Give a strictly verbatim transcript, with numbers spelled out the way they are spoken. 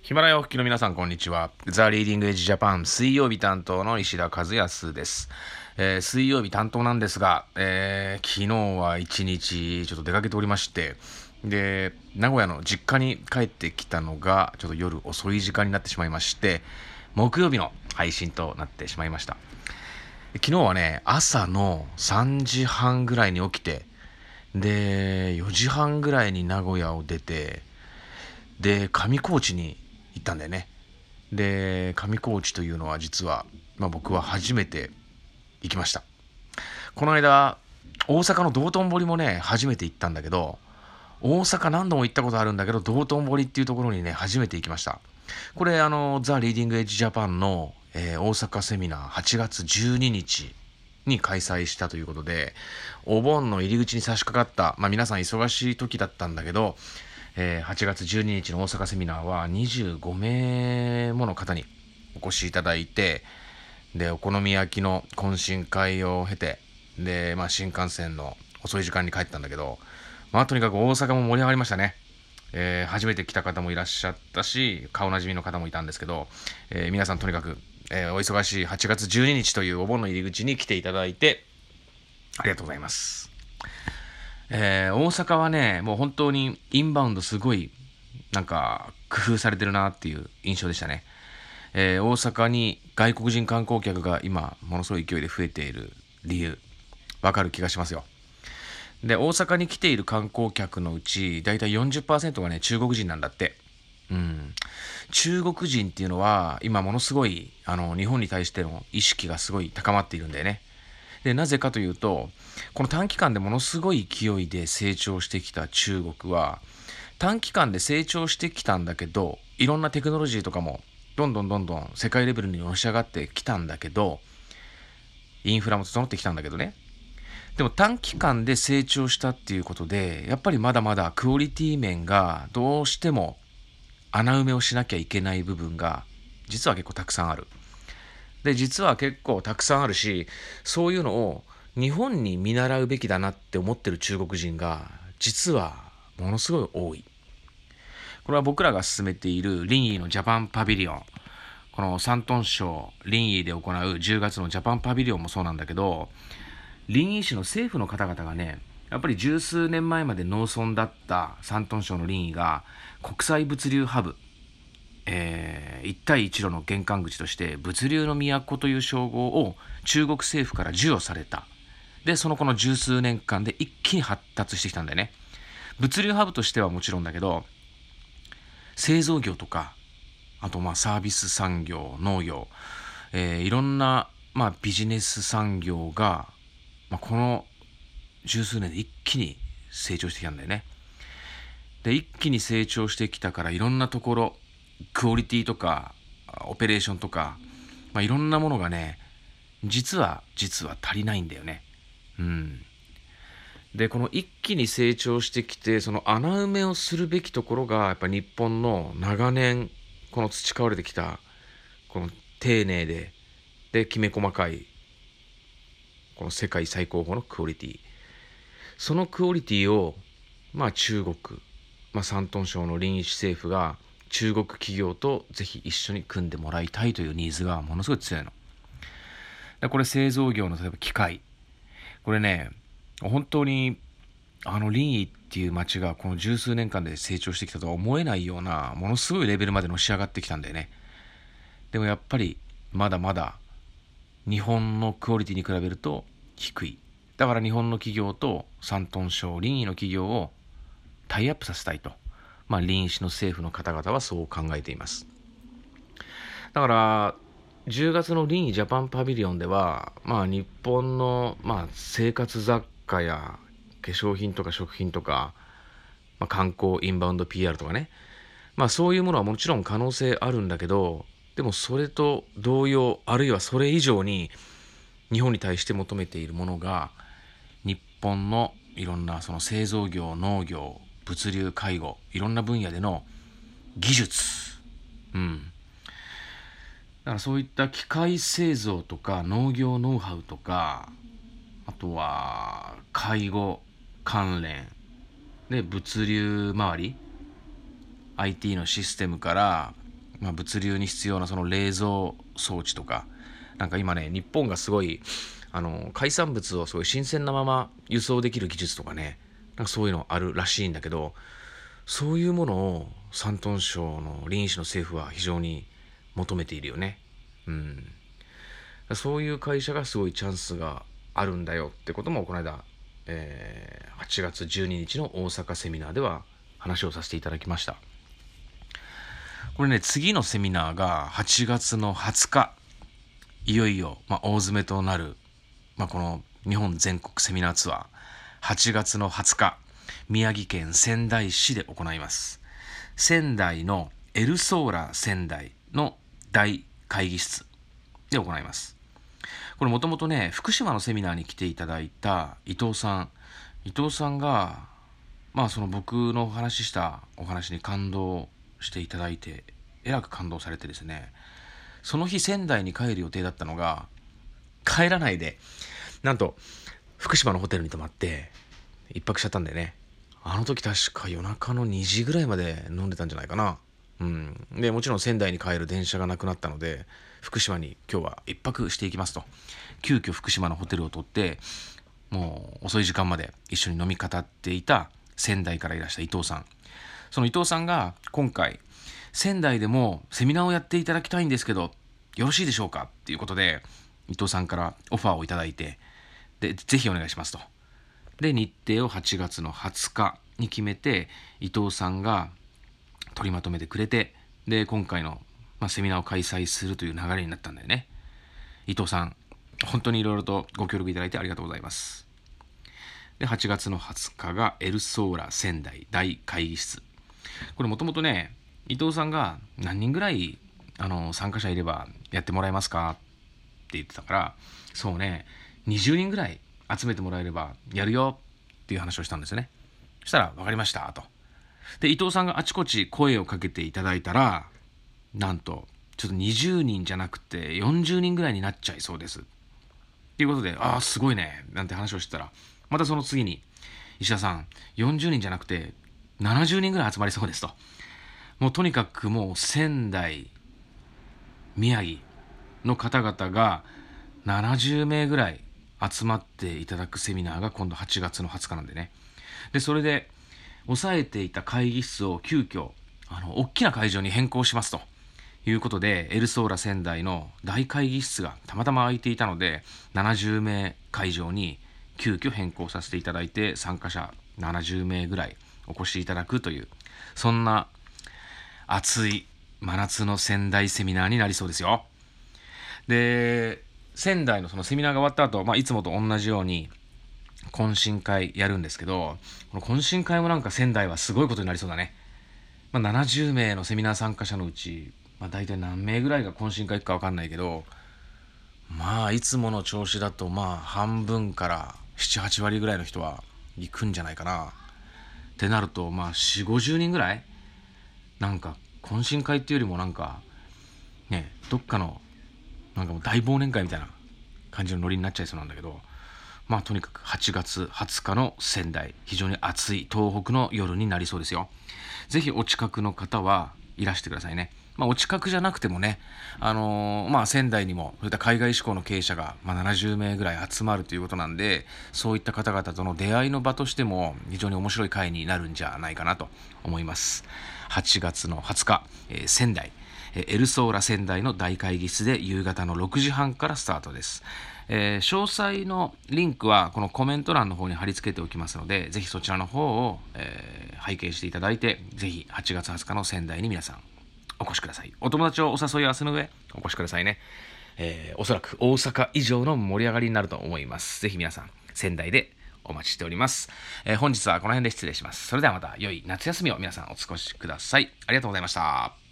ヒマラヤお聞きの皆さん、こんにちは。ザ・リーディング・エッジ・ジャパン水曜日担当の石田和康です。えー水曜日担当なんですが、えー昨日は一日ちょっと出かけておりまして、で、名古屋の実家に帰ってきたのが、ちょっと夜遅い時間になってしまいまして、木曜日の配信となってしまいました。昨日はね、朝のさんじはんぐらいに起きて、で、よじはんぐらいに名古屋を出て、で、上高地に行ったんだよね。で、上高地というのは実は、まあ、僕は初めて行きました。この間、大阪の道頓堀もね、初めて行ったんだけど、大阪何度も行ったことあるんだけど、道頓堀っていうところにね、初めて行きました。これ、あの、ザ・リーディング・エッジ・ジャパンの、えー大阪セミナーはちがつじゅうににちに開催したということで、お盆の入り口に差し掛かった、まあ皆さん忙しい時だったんだけど、えーはちがつじゅうににちの大阪セミナーはにじゅうごめいもの方にお越しいただいて、で、お好み焼きの懇親会を経て、で、まあ新幹線の遅い時間に帰ったんだけど、まあとにかく大阪も盛り上がりましたね。えー初めて来た方もいらっしゃったし、顔なじみの方もいたんですけど、えー皆さんとにかく、えーお忙しいはちがつじゅうににちというお盆の入り口に来ていただいて、ありがとうございます。えー大阪はね、もう本当にインバウンドすごい、なんか工夫されてるなっていう印象でしたね。えー大阪に外国人観光客が今、ものすごい勢いで増えている理由、わかる気がしますよ。で、大阪に来ている観光客のうち、だいたいよんじゅっパーセントがね、中国人なんだって。うん。中国人っていうのは、今ものすごい、あの、日本に対しての意識がすごい高まっているんだよね。で、なぜかというと、この短期間でものすごい勢いで成長してきた中国は、短期間で成長してきたんだけど、いろんなテクノロジーとかも、どんどんどんどん世界レベルにのし上がってきたんだけど、インフラも整ってきたんだけどね。でも短期間で成長したっていうことで、やっぱりまだまだクオリティ面がどうしても穴埋めをしなきゃいけない部分が実は結構たくさんある。で、実は結構たくさんあるし、そういうのを日本に見習うべきだなって思ってる中国人が実はものすごい多い。これは僕らが進めているリンイーのジャパンパビリオン。この山東省リンイーで行うじゅうがつのジャパンパビリオンもそうなんだけど、臨沂市の政府の方々がね、やっぱり十数年前まで農村だった山東省の臨沂が国際物流ハブ、えー、一帯一路の玄関口として物流の都という称号を中国政府から授与された。で、そのこの十数年間で一気に発達してきたんだよね。物流ハブとしてはもちろんだけど、製造業とか、あとまあサービス産業、農業、えーいろんなまあビジネス産業が、まあ、この十数年で一気に成長してきたんだよね。で、一気に成長してきたからいろんなところ、クオリティとか、オペレーションとか、まあ、いろんなものがね、実は、実は足りないんだよね。うん。で、この一気に成長してきて、その穴埋めをするべきところが、やっぱ日本の長年、この培われてきた、この丁寧で、で、きめ細かい、この世界最高峰のクオリティ。そのクオリティを、まあ中国、まあ山東省の臨沂市政府が中国企業とぜひ一緒に組んでもらいたいというニーズがものすごい強いの。でこれ製造業の例えば機械。これね、本当にあの臨沂っていう町がこの十数年間で成長してきたとは思えないようなものすごいレベルまでのし上がってきたんだよね。でもやっぱりまだまだ日本のクオリティに比べると低い。だから日本の企業と山東省臨沂の企業をタイアップさせたいと、まあ、臨沂市の政府の方々はそう考えています。だからじゅうがつの臨沂ジャパンパビリオンでは、まあ、日本の、まあ、生活雑貨や化粧品とか食品とか、まあ、観光インバウンド ピーアール とかね、まあ、そういうものはもちろん可能性あるんだけど、でもそれと同様あるいはそれ以上に日本に対して求めているものが日本のいろんなその製造業、農業、物流、介護、いろんな分野での技術、うん、だからそういった機械製造とか農業ノウハウとか、あとは介護関連で物流周り、アイティー のシステムからまあ、物流に必要なその冷蔵装置とか、なんか今ね、日本がすごいあの海産物をすごい新鮮なまま輸送できる技術とかね、なんかそういうのあるらしいんだけど、そういうものを山東省の臨沂市の政府は非常に求めているよね。うん。そういう会社がすごいチャンスがあるんだよってこともこの間、えーはちがつじゅうににちの大阪セミナーでは話をさせていただきました。これね、次のセミナーがはちがつのはつか、いよいよ、まあ、大詰めとなる、まあ、この日本全国セミナーツアー、はちがつのはつか、宮城県仙台市で行います。仙台のエルソーラ仙台の大会議室で行います。これもともとね、福島のセミナーに来ていただいた伊藤さん、伊藤さんが、まあその僕のお話ししたお話に感動していただいて、えらく感動されてですね、その日仙台に帰る予定だったのが、帰らないで、なんと福島のホテルに泊まって一泊しちゃったんだよね。あの時確か夜中のにじぐらいまで飲んでたんじゃないかな。うん。で、もちろん仙台に帰る電車がなくなったので、福島に今日は一泊していきますと。急遽福島のホテルを取って、もう遅い時間まで一緒に飲み語っていた仙台からいらした伊藤さん。その伊藤さんが今回、仙台でもセミナーをやっていただきたいんですけど、よろしいでしょうかっていうことで、伊藤さんからオファーをいただいて、で、ぜひお願いしますと。で、日程をはちがつのはつかに決めて、伊藤さんが取りまとめてくれて、で、今回の、まあ、セミナーを開催するという流れになったんだよね。伊藤さん、本当にいろいろとご協力いただいてありがとうございます。で、はちがつのはつかがエルソーラ仙台大会議室。これもともとね、伊藤さんが何人ぐらいあの参加者いればやってもらえますかって言ってたから、そうね、にじゅうにんぐらい集めてもらえればやるよっていう話をしたんですね。そしたら分かりましたと。で、伊藤さんがあちこち声をかけていただいたら、なんとちょっとにじゅうにんじゃなくてよんじゅうにんぐらいになっちゃいそうですっていうことで、ああすごいねなんて話をしてたら、またその次に石田さんよんじゅうにんじゃなくてななじゅうにんぐらい集まりそうですと。もうとにかくもう仙台、宮城の方々がななじゅうめいぐらい集まっていただくセミナーが今度はちがつのはつかなんでね。で、それで抑えていた会議室を急遽あの大きな会場に変更しますということで、エルソーラ仙台の大会議室がたまたま空いていたので、ななじゅうめい会場に急遽変更させていただいて、参加者ななじゅうめいぐらいお越しいただくという、そんな暑い真夏の仙台セミナーになりそうですよ。で、仙台のそのセミナーが終わった後、まあ、いつもと同じように懇親会やるんですけど、この懇親会もなんか仙台はすごいことになりそうだね。まあ、ななじゅうめいのセミナー参加者のうち、まあ、大体何名ぐらいが懇親会行くか分かんないけど、まあいつもの調子だとまあ半分からなな、はちわりぐらいの人は行くんじゃないかなってなると、まあよんじゅう、ごじゅうにんぐらい、なんか懇親会っていうよりもなんかね、どっかのなんかもう大忘年会みたいな感じのノリになっちゃいそうなんだけど、まあとにかくはちがつはつかの仙台、非常に暑い東北の夜になりそうですよ。ぜひお近くの方はいらしてくださいね。まあ、お近くじゃなくてもね、あのーまあ、仙台にもそういった海外志向の経営者が、まあ、ななじゅうめいぐらい集まるということなんで、そういった方々との出会いの場としても非常に面白い会になるんじゃないかなと思います。はちがつのはつか、えー、仙台、えー、エルソーラ仙台の大会議室で夕方のろくじはんからスタートです。えー、詳細のリンクはこのコメント欄の方に貼り付けておきますので、ぜひそちらの方を、えー、拝見していただいて、ぜひはちがつはつかの仙台に皆さんお越しください。お友達をお誘い合わせの上お越しくださいね。えー、おそらく大阪以上の盛り上がりになると思います。ぜひ皆さん仙台でお待ちしております。えー、本日はこの辺で失礼します。それではまた良い夏休みを皆さんお過ごしください。ありがとうございました。